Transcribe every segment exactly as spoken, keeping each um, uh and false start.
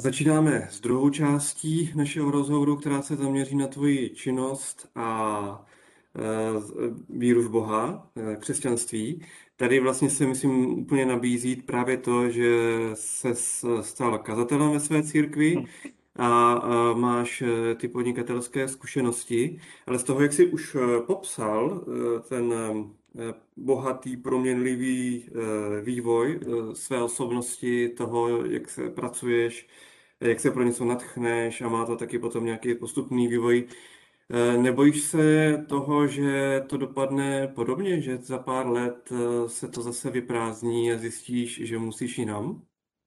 Začínáme s druhou částí našeho rozhovoru, která se zaměří na tvoji činnost a e, z- víru v Boha, e, křesťanství. Tady vlastně se, myslím, úplně nabízí právě to, že se stal kazatelem ve své církvi a, a máš e, ty podnikatelské zkušenosti, ale z toho, jak jsi už e, popsal e, ten e, bohatý, proměnlivý e, vývoj e, své osobnosti, toho, jak se pracuješ, jak se pro něco natchneš a má to taky potom nějaký postupný vývoj. Eh, Nebojíš se toho, že to dopadne podobně, že za pár let eh, se to zase vyprázdní a zjistíš, že musíš jinam?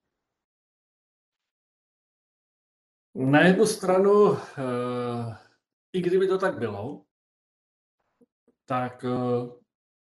Na jednu stranu, eh, i kdyby to tak bylo, tak eh,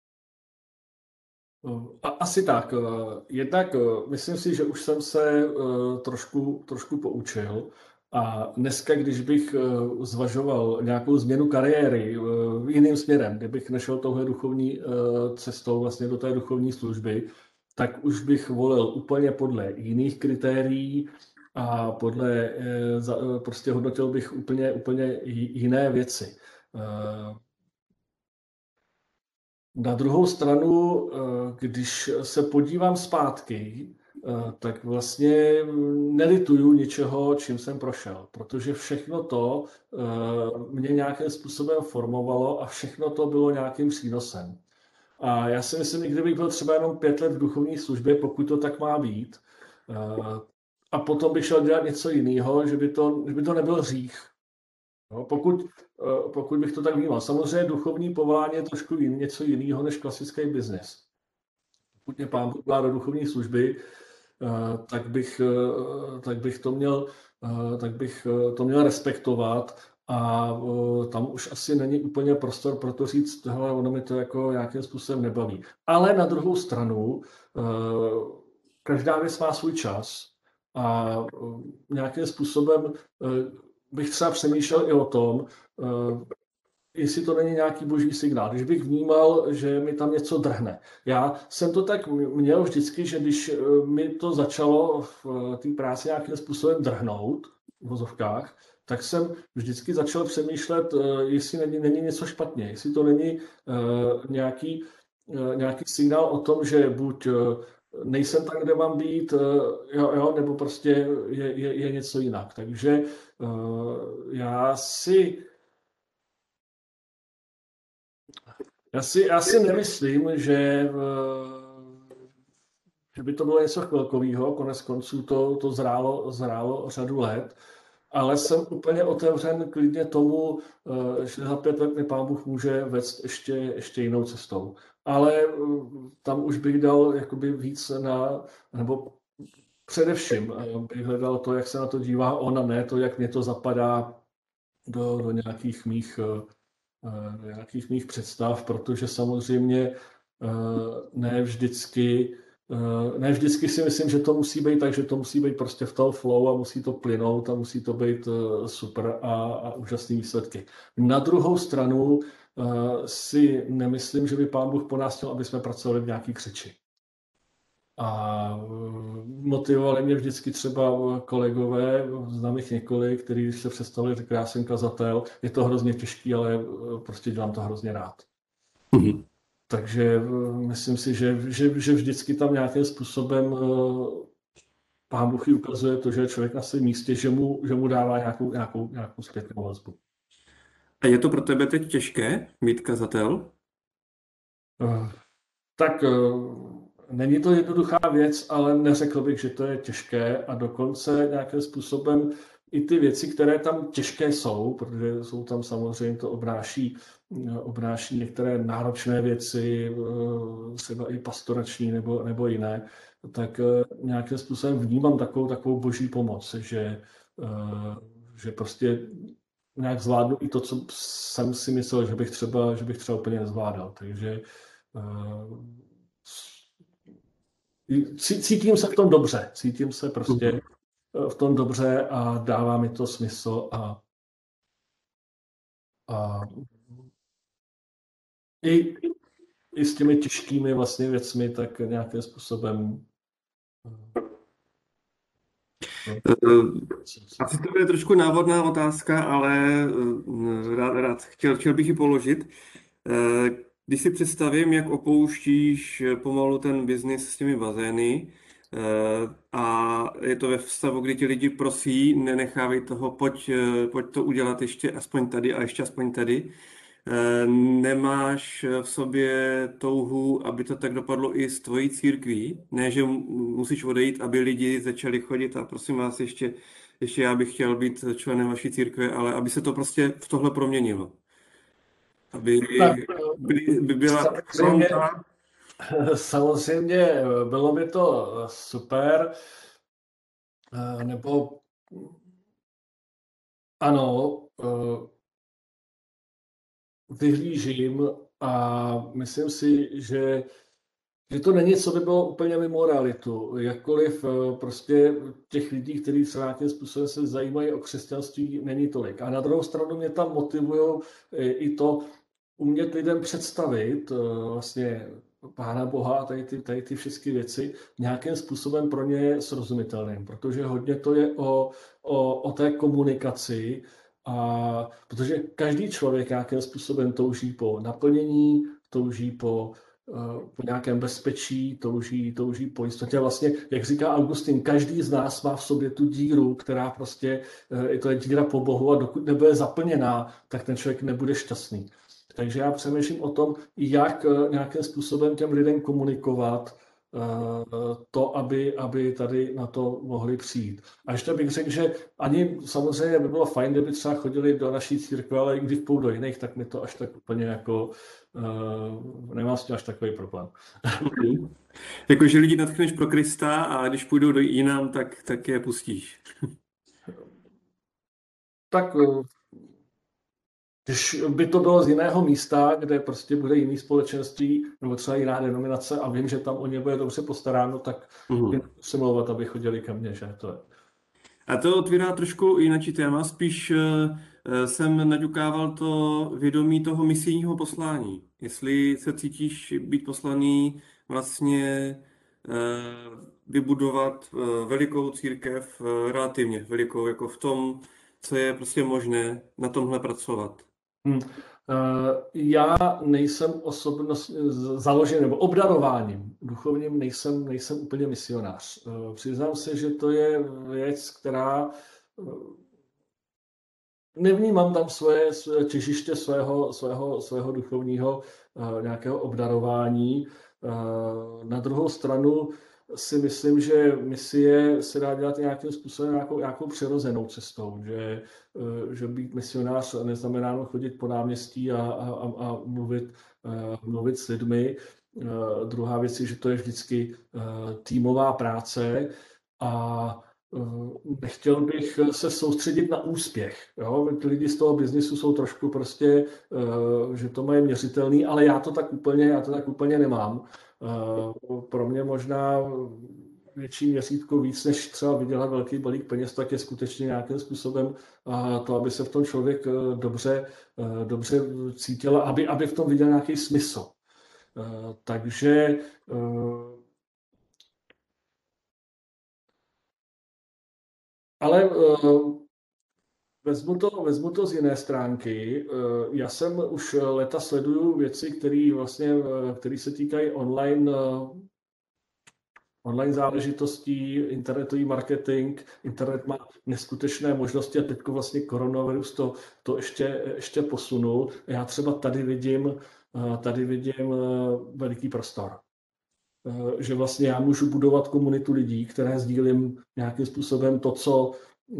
eh, a- asi tak. eh, Jednak eh, myslím si, že už jsem se eh, trošku, trošku poučil a dneska, když bych eh, zvažoval nějakou změnu kariéry eh, jiným směrem, kdybych nešel touhle duchovní eh, cestou vlastně do té duchovní služby, tak už bych volil úplně podle jiných kritérií a podle, eh, za- eh, prostě hodnotil bych úplně, úplně j- jiné věci. Eh, Na druhou stranu, eh, když se podívám zpátky, eh, tak vlastně nelituju ničeho, čím jsem prošel, protože všechno to eh, mě nějakým způsobem formovalo a všechno to bylo nějakým přínosem. A já si myslím, i kdybych byl třeba jenom pět let v duchovní službě, pokud to tak má být, eh, a potom bych šel dělat něco jiného, že by to, že by to nebyl hřích. No, pokud, eh, pokud bych to tak vnímal. Samozřejmě duchovní povolání je trošku jin, něco jiného než klasický biznis. Pokud mě Pán Bůh dá do duchovní služby, eh, tak bych, eh, tak bych to měl, eh, tak bych eh, to měl respektovat a eh, tam už asi není úplně prostor pro to říct, hele, ono mi to jako nějakým způsobem nebaví. Ale na druhou stranu, eh, každá věc má svůj čas a eh, nějakým způsobem eh, bych třeba přemýšlel i o tom, eh, jestli to není nějaký boží signál. Když bych vnímal, že mi tam něco drhne. Já jsem to tak měl vždycky, že když eh, mi to začalo v eh, té práci nějakým způsobem drhnout, v vozovkách, tak jsem vždycky začal přemýšlet, eh, jestli není, není něco špatně, jestli to není eh, nějaký, eh, nějaký signál o tom, že buď eh, nejsem tam, kde mám být, eh, jo, jo, nebo prostě je, je, je něco jinak. Takže eh, já si Já si, já si nemyslím, že, eh, že by to bylo něco chvilkového, konec konců to, to zrálo, zrálo řadu let, ale jsem úplně otevřen klidně tomu, eh, že za pět let mi Pán Bůh může vést ještě, ještě jinou cestou. Ale eh, tam už bych dal jakoby víc na, nebo především eh, bych hledal to, jak se na to dívá on a ne to, jak mě to zapadá do, do nějakých mých eh, eh, nějakých mých představ, protože samozřejmě eh, ne vždycky, eh, ne vždycky si myslím, že to musí být tak, že to musí být prostě v tom flow a musí to plynout a musí to být eh, super a, a úžasné výsledky. Na druhou stranu eh, si nemyslím, že by Pán Bůh po nás chtěl, aby jsme pracovali v nějaký křiči. A eh, motivovali mě vždycky třeba kolegové, znám jich několik, kteří se představili, řekli, já jsem kazatel, je to hrozně těžký, ale eh, prostě dělám to hrozně rád. Mhm. Takže eh, myslím si, že, že, že vždycky tam nějakým způsobem eh, Pán Bůh jí ukazuje to, že je člověk na svém místě, že mu, že mu dává nějakou, nějakou, nějakou zpětnou vazbu. A je to pro tebe teď těžké být kazatel? Eh, Tak eh, není to jednoduchá věc, ale neřekl bych, že to je těžké a dokonce nějakým způsobem i ty věci, které tam těžké jsou, protože jsou tam samozřejmě, to obnáší, eh, obnáší některé náročné věci, eh, třeba i pastorační nebo, nebo jiné, tak eh, nějakým způsobem vnímám takovou, takovou boží pomoc, že, eh, že prostě nějak zvládnu i to, co jsem si myslel, že bych třeba, že bych třeba úplně nezvládal. Takže Cí- cítím se v tom dobře, cítím se prostě Mhm. eh, v tom dobře a dává mi to smysl a, a i, i s těmi těžkými vlastně věcmi tak nějakým způsobem. No, Eh, Asi to bude trošku návodná otázka, ale eh, rád, rád chtěl, chtěl bych ji položit. Eh, Když si představím, jak opouštíš eh, pomalu ten biznis s těmi bazény, eh, a je to ve vztahu, kdy ti lidi prosí, nenechávej toho, pojď, eh, pojď to udělat ještě aspoň tady a ještě aspoň tady. Eh, Nemáš v sobě touhu, aby to tak dopadlo i s tvojí církví? Ne, že mu- musíš odejít, aby lidi začali chodit a prosím vás, ještě, ještě já bych chtěl být členem vaší církve, ale aby se to prostě v tohle proměnilo. Aby tak by, by byla samozřejmě, fronta. samozřejmě bylo by to super, eh, nebo ano, eh, vyhlížím a myslím si, že, že to není, co by bylo úplně mimo realitu. Jakkoliv eh, prostě těch lidí, kteří se nějakým způsobem se zajímají o křesťanství, není tolik. A na druhou stranu mě tam motivují i to umět lidem představit eh, vlastně Pána Boha a tady ty, tady ty všechny věci nějakým způsobem pro ně srozumitelným, protože hodně to je o, o, o té komunikaci, a protože každý člověk nějakým způsobem touží po naplnění, touží po, eh, po nějakém bezpečí, touží, touží po jistotě. Vlastně, jak říká Augustin, každý z nás má v sobě tu díru, která prostě, eh, to je díra po Bohu, a dokud nebude zaplněná, tak ten člověk nebude šťastný. Takže já přemýšlím o tom, jak eh, nějakým způsobem těm lidem komunikovat eh, to, aby, aby tady na to mohli přijít. A ještě bych řekl, že ani samozřejmě by bylo fajn, kdyby třeba chodili do naší církve, ale i když půjdou do jiných, tak mi to až tak úplně jako uh, nemám s tím až takový problém. Mhm. Jakože lidi natchneš pro Krista a když půjdou do jinam, tak, tak je pustíš. Tak eh, když by to bylo z jiného místa, kde prostě bude jiný společenství nebo třeba jiná denominace a vím, že tam o ně bude dobře postaráno, tak Mhm. si mlouvat, aby chodili ke mně, že to je. A to otvírá trošku jináčí téma. Spíš eh, eh, jsem naďukával to vědomí toho misijního poslání. Jestli se cítíš být poslaný vlastně eh, vybudovat eh, velikou církev, eh, relativně velikou, jako v tom, co je prostě možné na tomhle pracovat. Hmm. Eh, Já nejsem osobnost z- založen nebo obdarováním duchovním, nejsem, nejsem úplně misionář. Eh, Přiznám se, že to je věc, která eh, nevnímám tam svoje, své těžiště svého, svého, svého duchovního uh, nějakého obdarování. Uh, na druhou stranu si myslím, že misie se dá dělat nějakým způsobem nějakou, nějakou přirozenou cestou, že, uh, že být misionář neznamená jenom chodit po náměstí a, a, a mluvit, uh, mluvit s lidmi. Uh, druhá věc je, že to je vždycky uh, týmová práce a nechtěl bych se soustředit na úspěch. Jo? Ty lidi z toho biznisu jsou trošku prostě, že to mají měřitelný, ale já to tak úplně, já to tak úplně nemám. Pro mě možná větší měřítko víc, než třeba vydělat velký balík peněz, tak je skutečně nějakým způsobem to, aby se v tom člověk dobře, dobře cítil, aby, aby v tom viděl nějaký smysl. Takže ale vezmu to, vezmu to z jiné stránky. Já jsem už leta sleduju věci, které vlastně, které se týkají online, online záležitostí, internetový marketing. Internet má neskutečné možnosti a teď vlastně koronavirus to, to ještě, ještě posunul. Já třeba tady vidím, tady vidím veliký prostor. Že vlastně já můžu budovat komunitu lidí, které sdílím nějakým způsobem to, co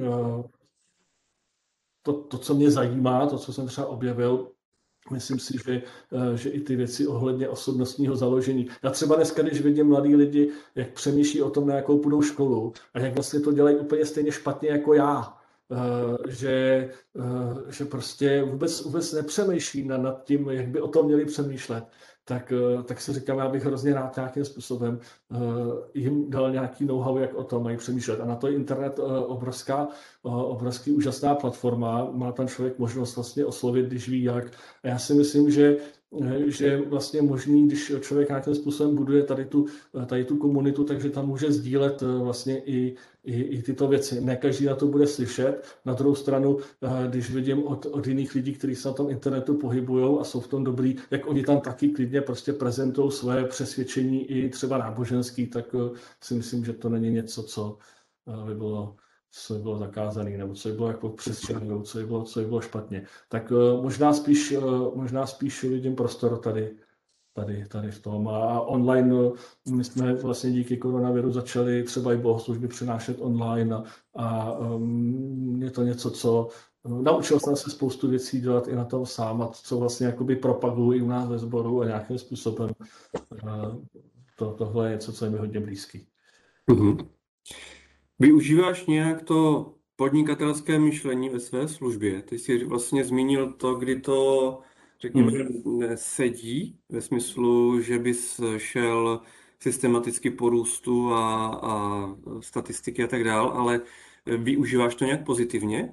To, to, co mě zajímá, to, co jsem třeba objevil, myslím si, že, že i ty věci ohledně osobnostního založení. Já třeba dneska, když vidím mladí lidi, jak přemýšlí o tom, na jakou půjdou školu a jak vlastně to dělají úplně stejně špatně jako já, že, že prostě vůbec, vůbec nepřemýšlí nad tím, jak by o tom měli přemýšlet, tak, eh, tak si říkám, já bych hrozně rád nějakým způsobem uh, jim dal nějaký know-how, jak o tom mají přemýšlet. A na to je internet uh, obrovská, uh, obrovský úžasná platforma. Má tam člověk možnost vlastně oslovit, když ví jak. A já si myslím, že že je vlastně možný, když člověk nějakým způsobem buduje tady tu, tady tu komunitu, takže tam může sdílet vlastně i, i, i tyto věci. Ne každý na to bude slyšet. Na druhou stranu, když vidím od, od jiných lidí, kteří se na tom internetu pohybují a jsou v tom dobrý, jak oni tam taky klidně prostě prezentují své přesvědčení i třeba náboženský, tak si myslím, že to není něco, co by bylo co by bylo zakázané, nebo co by bylo jako přesčenou, co by bylo, co by bylo špatně. Tak uh, možná spíš, uh, možná spíš vidím prostor tady, tady, tady v tom. A online uh, my jsme vlastně díky koronaviru začali třeba i bohoslužby přenášet online a, a um, je to něco, co uh, naučil jsem se spoustu věcí dělat i na tom sám a co vlastně jakoby propaguji i u nás ve sboru a nějakým způsobem uh, to, tohle je něco, co je mi hodně blízký. Mhm. Využíváš nějak to podnikatelské myšlení ve své službě? Ty jsi vlastně zmínil to, kdy to, řekněme, Hmm. sedí, ve smyslu, že bys šel systematicky po růstu a, a statistiky a tak dál, ale využíváš to nějak pozitivně?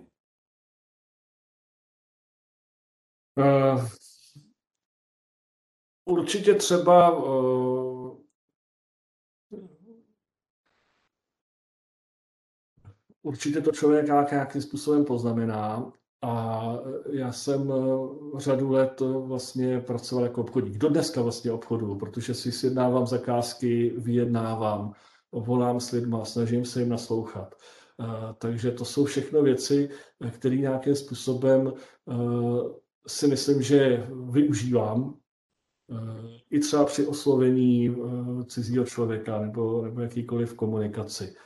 Uh, určitě třeba uh, určitě to člověk nějakým způsobem poznamená. A já jsem řadu let vlastně pracoval jako obchodník. Do dneska vlastně obchodu, protože si sjednávám zakázky, vyjednávám, volám s lidma, snažím se jim naslouchat. Takže to jsou všechno věci, které nějakým způsobem si myslím, že využívám. I třeba při oslovení cizího člověka nebo, nebo jakýkoliv komunikaci.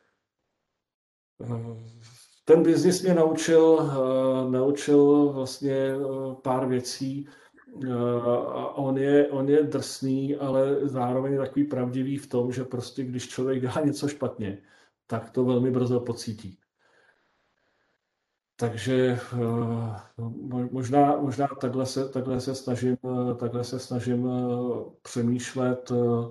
Ten biznis mě naučil, naučil vlastně pár věcí. A on je, on je drsný, ale zároveň je takový pravdivý v tom, že prostě když člověk dělá něco špatně, tak to velmi brzo pocítí. Takže možná, možná takhle, se, takhle, se snažím, takhle se snažím přemýšlet.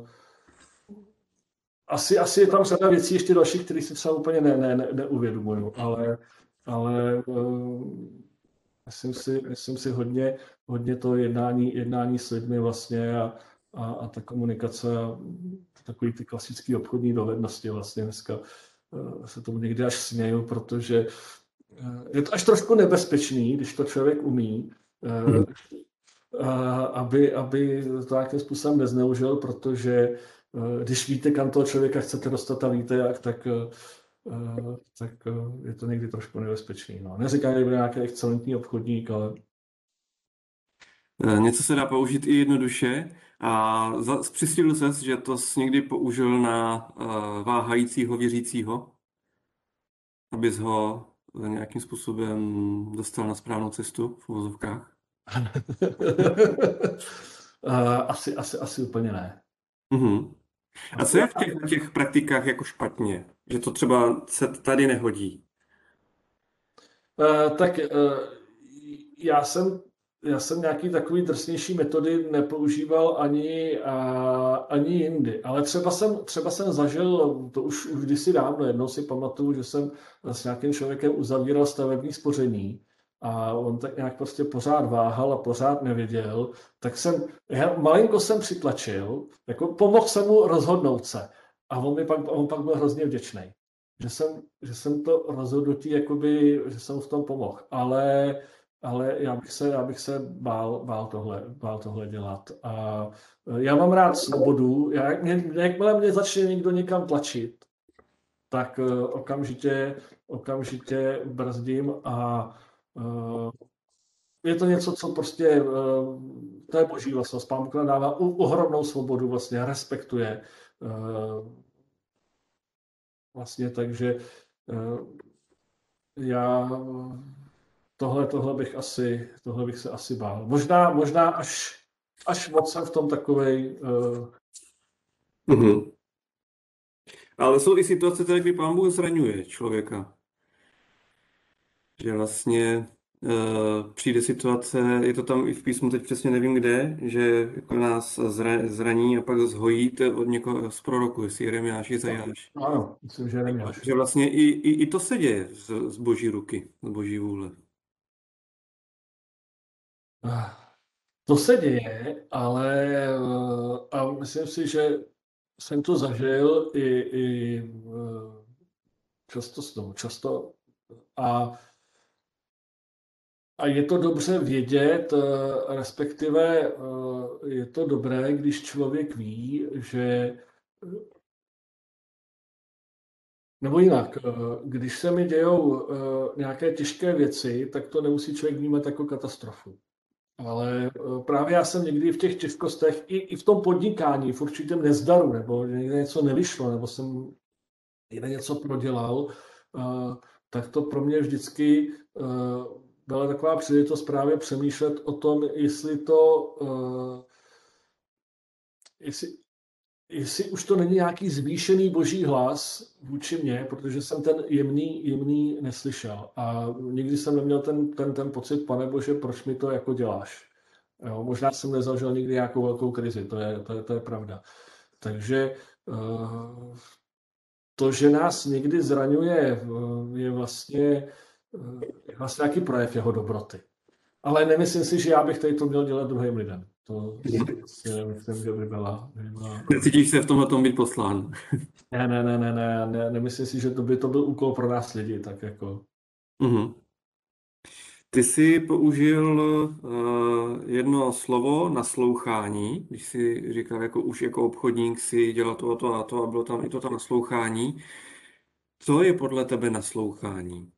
Asi, asi je tam řada věcí ještě dalších, které si třeba úplně ne, ne, ne, neuvědomuju, ale, ale uh, myslím, si, myslím si hodně, hodně to jednání, jednání s lidmi vlastně a, a, a ta komunikace a takový ty klasické obchodní dovednosti vlastně dneska uh, se tomu někdy až směju, protože uh, je to až trošku nebezpečný, když to člověk umí, uh, aby, aby to nějakým způsobem nezneužil, protože když víte, kam toho člověka chcete dostat a víte jak, tak, tak je to někdy trošku nebezpečný. No. Neříkám, že bude nějaký excelentní obchodník, ale... Něco se dá použít i jednoduše a přistihl ses, že to jsi někdy použil na uh, váhajícího věřícího, abys ho nějakým způsobem dostal na správnou cestu v uvozovkách? asi, asi, asi úplně ne. Uh-huh. A co je v těch, těch praktikách jako špatně? Že to třeba se tady nehodí? Uh, tak uh, já jsem já jsem nějaký takový drsnější metody nepoužíval ani, a, ani jindy, ale třeba jsem, třeba jsem zažil, to už, už kdysi dávno, jednou si pamatuju, že jsem s nějakým člověkem uzavíral stavební spoření a on tak nějak prostě pořád váhal a pořád nevěděl, tak jsem, já malinko jsem přitlačil, jako pomohl jsem mu rozhodnout se a on, mi pak, on pak byl hrozně vděčný, že jsem, že jsem to rozhodnutí, jakoby, že jsem v tom pomohl, ale ale já bych se, já bych se bál, bál, tohle, bál tohle dělat. A já mám rád svobodu. Já, mě, jakmile mě začne někdo někam tlačit, tak uh, okamžitě, okamžitě brzdím a uh, je to něco, co prostě, uh, to je boží vlastnost. Pán Bůh nám dává ohromnou svobodu, vlastně respektuje. Uh, vlastně, takže uh, já Tohle, tohle, bych asi, tohle bych se asi bál. Možná, možná až, až moc jsem v tom takovej... Uh... Uh-huh. Ale jsou i situace, kdy Pán Bůh zraňuje člověka. Že vlastně eh, přijde situace, je to tam i v písmu, teď přesně nevím kde, že jako nás zra, zraní a pak zhojí to od někoho z proroku, jestli Jeremiáš, Izajáš. Ano, myslím, že Jeremiáš. Že vlastně i, i, i to se děje z, z boží ruky, z boží vůle. To se děje, ale eh, a myslím si, že jsem to zažil i, i eh, často, no, často a, a je to dobře vědět, eh, respektive eh, je to dobré, když člověk ví, že nebo jinak, eh, když se mi dějou eh, nějaké těžké věci, tak to nemusí člověk vnímat jako katastrofu. Ale eh, právě já jsem někdy v těch těžkostech, i, i v tom podnikání, v určitém nezdaru, nebo že někde něco nevyšlo, nebo jsem někde něco prodělal, eh, tak to pro mě vždycky eh, byla taková příležitost právě přemýšlet o tom, jestli to, eh, jestli, jestli už to není nějaký zvýšený boží hlas vůči mně, protože jsem ten jemný, jemný neslyšel. A nikdy jsem neměl ten, ten, ten pocit, Pane Bože, proč mi to jako děláš? Jo, možná jsem nezažil nikdy nějakou velkou krizi, to je, to je, to je pravda. Takže uh, to, že nás někdy zraňuje, je vlastně, je vlastně nějaký projev jeho dobroty. Ale nemyslím si, že já bych tady to měl dělat druhým lidem. To si myslím, že by byla... By byla... Necítíš se v tomhle tom být poslán? Ne, ne, ne, ne, ne, ne, nemyslím si, že to by to byl úkol pro nás lidi, tak jako... Mhm. Ty jsi použil uh, jedno slovo naslouchání, když jsi říkal, jako už jako obchodník si dělal to a to a to a bylo tam i to tam naslouchání. Co je podle tebe naslouchání?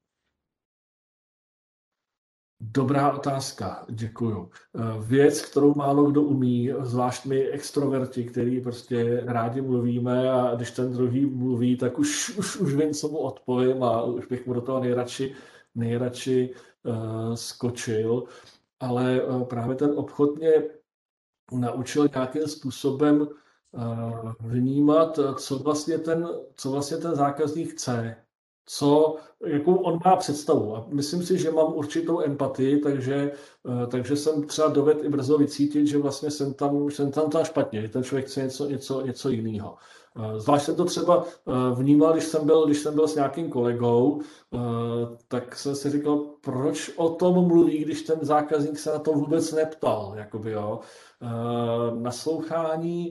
Dobrá otázka, děkuju. Věc, kterou málo kdo umí, zvlášť my extroverti, který prostě rádi mluvíme a když ten druhý mluví, tak už, už, už vím, co mu odpovím a už bych mu do toho nejradši, nejradši uh, skočil. Ale uh, právě ten obchod mě naučil nějakým způsobem uh, vnímat, co vlastně ten, co vlastně ten zákazník chce, co, jakou on má představu. A myslím si, že mám určitou empatii, takže, takže jsem třeba dovedl i brzo vycítit, že vlastně jsem tam, jsem tam, tam špatně, že ten člověk chce něco, něco, něco jiného. Zvlášť jsem to třeba vnímal, když jsem byl, když jsem byl s nějakým kolegou, tak jsem si říkal, proč o tom mluví, když ten zákazník se na to vůbec neptal. Jakoby, jo. Naslouchání,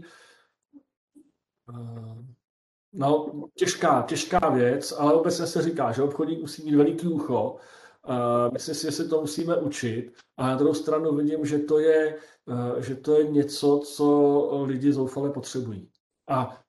no, těžká, těžká věc, ale obecně se říká, že obchodník musí mít veliký ucho. Uh, myslím si, že se to musíme učit. A na druhou stranu vidím, že to je, uh, že to je něco, co lidi zoufale potřebují. A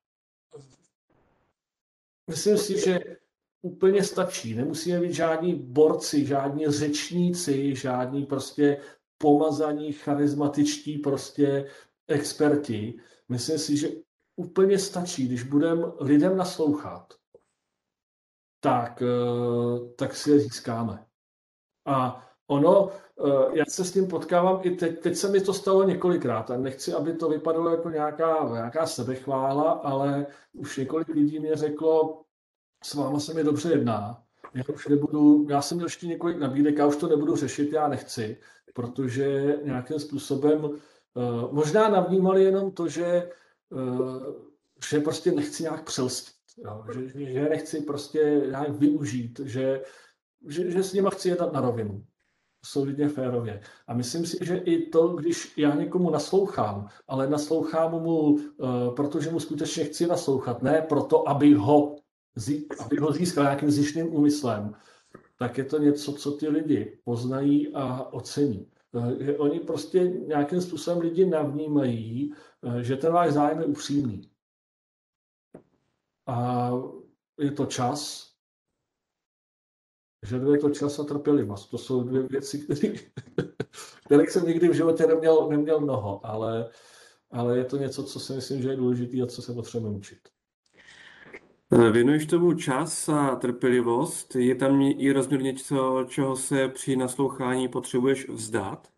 myslím si, že úplně stačí. Nemusíme být žádní borci, žádní řečníci, žádní prostě pomazaní, charismatičtí prostě experti. Myslím si, že úplně stačí, když budeme lidem naslouchat, tak, tak si je získáme. A ono, já se s tím potkávám i teď, teď se mi to stalo několikrát a nechci, aby to vypadalo jako nějaká, nějaká sebechvála, ale už několik lidí mě řeklo, s váma se mi dobře jedná, já už nebudu, já jsem měl ještě několik nabídek, já už to nebudu řešit, já nechci, protože nějakým způsobem možná navnímali jenom to, že že prostě nechci nějak přelstit, jo? Že, že nechci prostě nějak využít, že, že, že s nima chci jednat na rovinu. Solidně, férově. A myslím si, že i to, když já někomu naslouchám, ale naslouchám mu, protože mu skutečně chci naslouchat, ne proto, aby ho, aby ho získal nějakým zištným úmyslem, tak je to něco, co ty lidi poznají a ocení. Že oni prostě nějakým způsobem lidi navnímají, že ten váš zájem je upřímný. A je to čas, žaduje to čas a trpělivost. To jsou dvě věci, kterých jsem nikdy v životě neměl, neměl mnoho, ale, ale je to něco, co si myslím, že je důležité a co se potřebujeme učit. Věnuješ tomu čas a trpělivost? Je tam i rozměr něco, čeho se při naslouchání potřebuješ vzdát?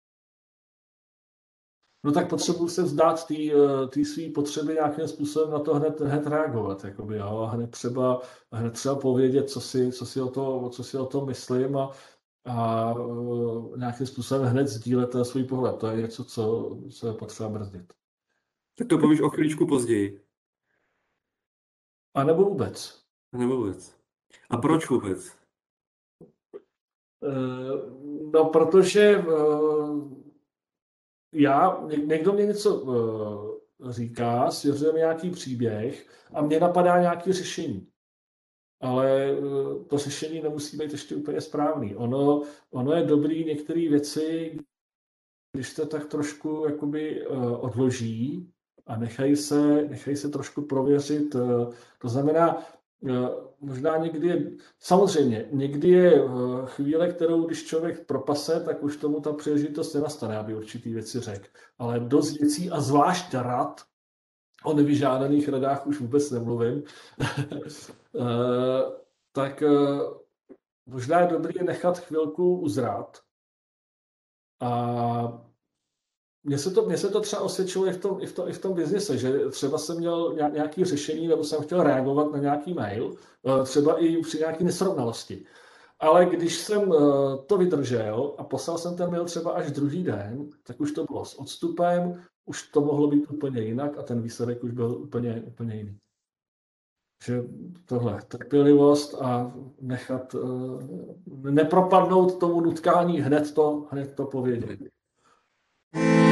No tak potřebuji se vzdát té své potřeby nějakým způsobem na to hned, hned reagovat. Jakoby, jo? A hned třeba, hned třeba povědět, co si, co si, o to, co si o tom myslím. A a uh, nějakým způsobem hned sdílet ten svůj pohled. To je něco, co, co je potřeba brzdit. Tak to povíš o chvíličku později. A nebo vůbec. Nebo vůbec. A proč vůbec? Uh, no, protože uh, já, někdo mě něco uh, říká, svěřuje mi nějaký příběh a mně napadá nějaké řešení. Ale uh, to řešení nemusí být ještě úplně správný. Ono, ono je dobrý některé věci, když to tak trošku jakoby uh, odloží a nechají se, nechají se trošku prověřit. Uh, to znamená, uh, možná někdy je, samozřejmě, někdy je uh, chvíle, kterou když člověk propase, tak už tomu ta příležitost nenastane, aby určitý věci řekl. Ale dost věcí a zvlášť rad, o nevyžádaných radách už vůbec nemluvím, uh, tak uh, možná je dobrý nechat chvilku uzrát. A mně se to, mně se to třeba osvědčilo i v tom, i v tom, i v tom biznise, že třeba jsem měl nějaké řešení, nebo jsem chtěl reagovat na nějaký mail, třeba i při nějaké nesrovnalosti. Ale když jsem to vydržel a poslal jsem ten mail třeba až druhý den, tak už to bylo s odstupem, už to mohlo být úplně jinak a ten výsledek už byl úplně, úplně jiný. Že tohle, trpělivost a nechat, nepropadnout tomu nutkání hned to, hned to povědět.